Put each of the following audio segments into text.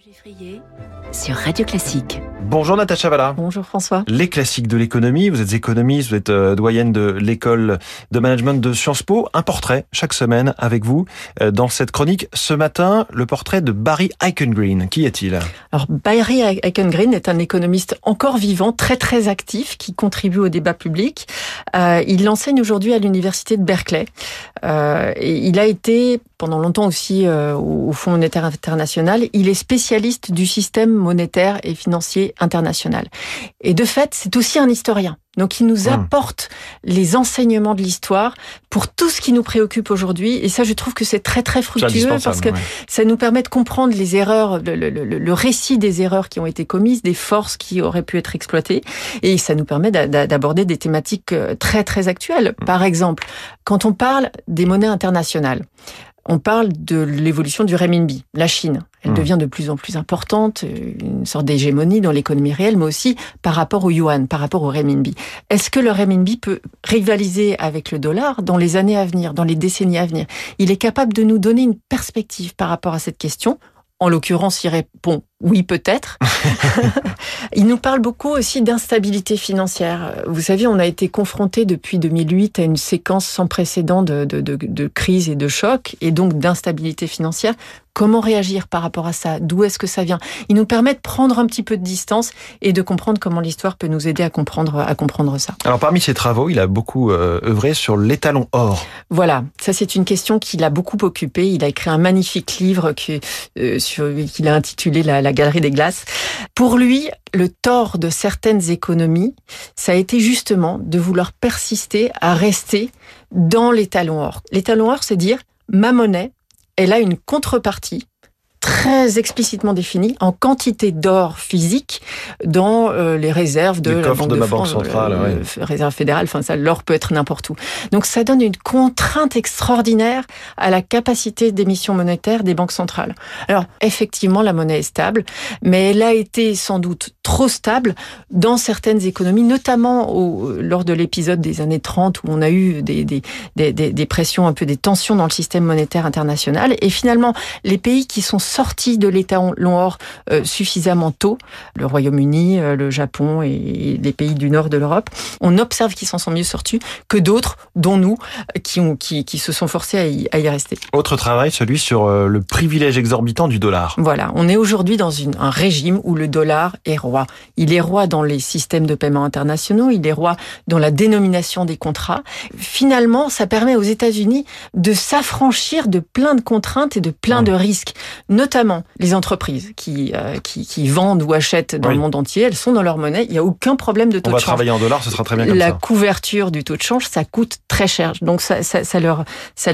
Geffrier sur Radio Classique. Bonjour Natacha Valla. Bonjour François. Les classiques de l'économie, vous êtes économiste, vous êtes doyenne de l'école de management de Sciences Po. Un portrait chaque semaine avec vous dans cette chronique. Ce matin, le portrait de Barry Eichengreen. Qui est-il ? Alors Barry Eichengreen est un économiste encore vivant, très actif, qui contribue au débat public. Il enseigne aujourd'hui à l'université de Berkeley. Et il a été pendant longtemps aussi au Fonds monétaire international. Il est spécialiste du système monétaire et financier international. Et de fait, c'est aussi un historien. Donc il nous apporte les enseignements de l'histoire pour tout ce qui nous préoccupe aujourd'hui. Et ça, je trouve que c'est très fructueux parce que ça nous permet de comprendre les erreurs, le récit des erreurs qui ont été commises, des forces qui auraient pu être exploitées. Et ça nous permet d'aborder des thématiques très actuelles. Par exemple, quand on parle des monnaies internationales, on parle de l'évolution du renminbi, la Chine. Elle devient de plus en plus importante, une sorte d'hégémonie dans l'économie réelle, mais aussi par rapport au yuan, par rapport au renminbi. Est-ce que le renminbi peut rivaliser avec le dollar dans les années à venir, dans les décennies à venir ? Il est capable de nous donner une perspective par rapport à cette question. En l'occurrence, il répond oui, peut-être. Il nous parle beaucoup aussi d'instabilité financière. Vous savez, on a été confronté depuis 2008 à une séquence sans précédent de crise et de choc, et donc d'instabilité financière. Comment réagir par rapport à ça ? D'où est-ce que ça vient ? Il nous permet de prendre un petit peu de distance et de comprendre comment l'histoire peut nous aider à comprendre ça. Alors parmi ses travaux, il a beaucoup œuvré sur l'étalon or. Voilà, ça c'est une question qui l'a beaucoup occupé. Il a écrit un magnifique livre qu'il a intitulé La Galerie des Glaces. Pour lui, le tort de certaines économies, ça a été justement de vouloir persister à rester dans l'étalon or. L'étalon or, c'est dire ma monnaie, elle a une contrepartie très explicitement définie en quantité d'or physique dans les réserves de la Banque de ma France, Banque centrale, réserve fédérale. Enfin, ça, l'or peut être n'importe où. Donc, ça donne une contrainte extraordinaire à la capacité d'émission monétaire des banques centrales. Alors, effectivement, la monnaie est stable, mais elle a été sans doute trop stable dans certaines économies, notamment lors de l'épisode des années 30 où on a eu des pressions, un peu des tensions dans le système monétaire international. Et finalement, les pays qui sont sortis de l'étalon or suffisamment tôt, le Royaume-Uni, le Japon et les pays du nord de l'Europe, on observe qu'ils s'en sont mieux sortis que d'autres, dont nous, qui se sont forcés à y rester. Autre travail, celui sur le privilège exorbitant du dollar. Voilà, on est aujourd'hui dans un régime où le dollar est roi. Il est roi dans les systèmes de paiement internationaux, il est roi dans la dénomination des contrats. Finalement, ça permet aux États-Unis de s'affranchir de plein de contraintes et de plein de risques. Notamment les entreprises qui vendent ou achètent dans le monde entier, elles sont dans leur monnaie, il n'y a aucun problème de taux de change. On va travailler en dollars, ce sera très bien comme ça. La couverture du taux de change, ça coûte très cher. Donc ça leur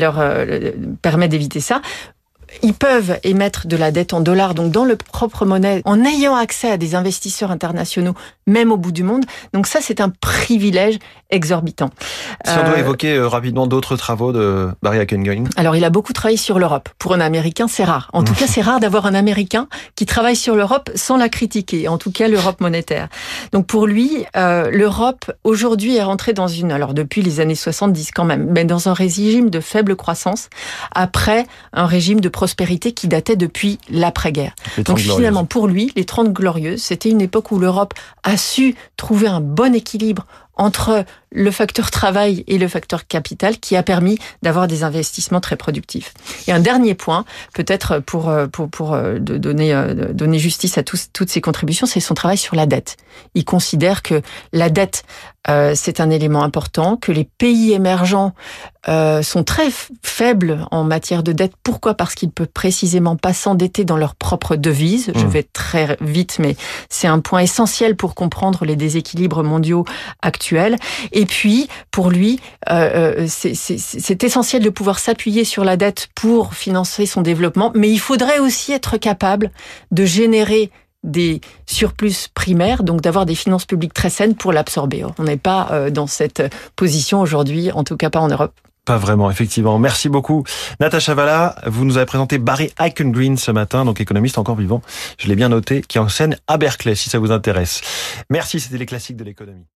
permet d'éviter ça. Ils peuvent émettre de la dette en dollars, donc dans leur propre monnaie, en ayant accès à des investisseurs internationaux, même au bout du monde. Donc ça, c'est un privilège exorbitant. Si on doit évoquer rapidement d'autres travaux de Barry Eichengreen. Alors, il a beaucoup travaillé sur l'Europe. Pour un Américain, c'est rare. En tout cas, c'est rare d'avoir un Américain qui travaille sur l'Europe sans la critiquer. En tout cas, l'Europe monétaire. Donc, pour lui, l'Europe, aujourd'hui, est rentrée dans alors depuis les années 70 quand même, mais dans un régime de faible croissance, après un régime de prospérité qui datait depuis l'après-guerre. Donc finalement, pour lui, les 30 Glorieuses, c'était une époque où l'Europe a su trouver un bon équilibre entre le facteur travail et le facteur capital qui a permis d'avoir des investissements très productifs. Et un dernier point, peut-être pour donner justice à toutes ces contributions, c'est son travail sur la dette. Il considère que la dette, c'est un élément important, que les pays émergents sont très faibles en matière de dette. Pourquoi ? Parce qu'ils ne peuvent précisément pas s'endetter dans leur propre devise. Je vais très vite, mais c'est un point essentiel pour comprendre les déséquilibres mondiaux actuels. Et puis, pour lui, c'est essentiel de pouvoir s'appuyer sur la dette pour financer son développement, mais il faudrait aussi être capable de générer des surplus primaires, donc d'avoir des finances publiques très saines pour l'absorber. On n'est pas dans cette position aujourd'hui, en tout cas pas en Europe. Pas vraiment, effectivement. Merci beaucoup. Natacha Valla, vous nous avez présenté Barry Eichengreen ce matin, donc économiste encore vivant, je l'ai bien noté, qui enseigne à Berkeley, si ça vous intéresse. Merci, c'était les classiques de l'économie.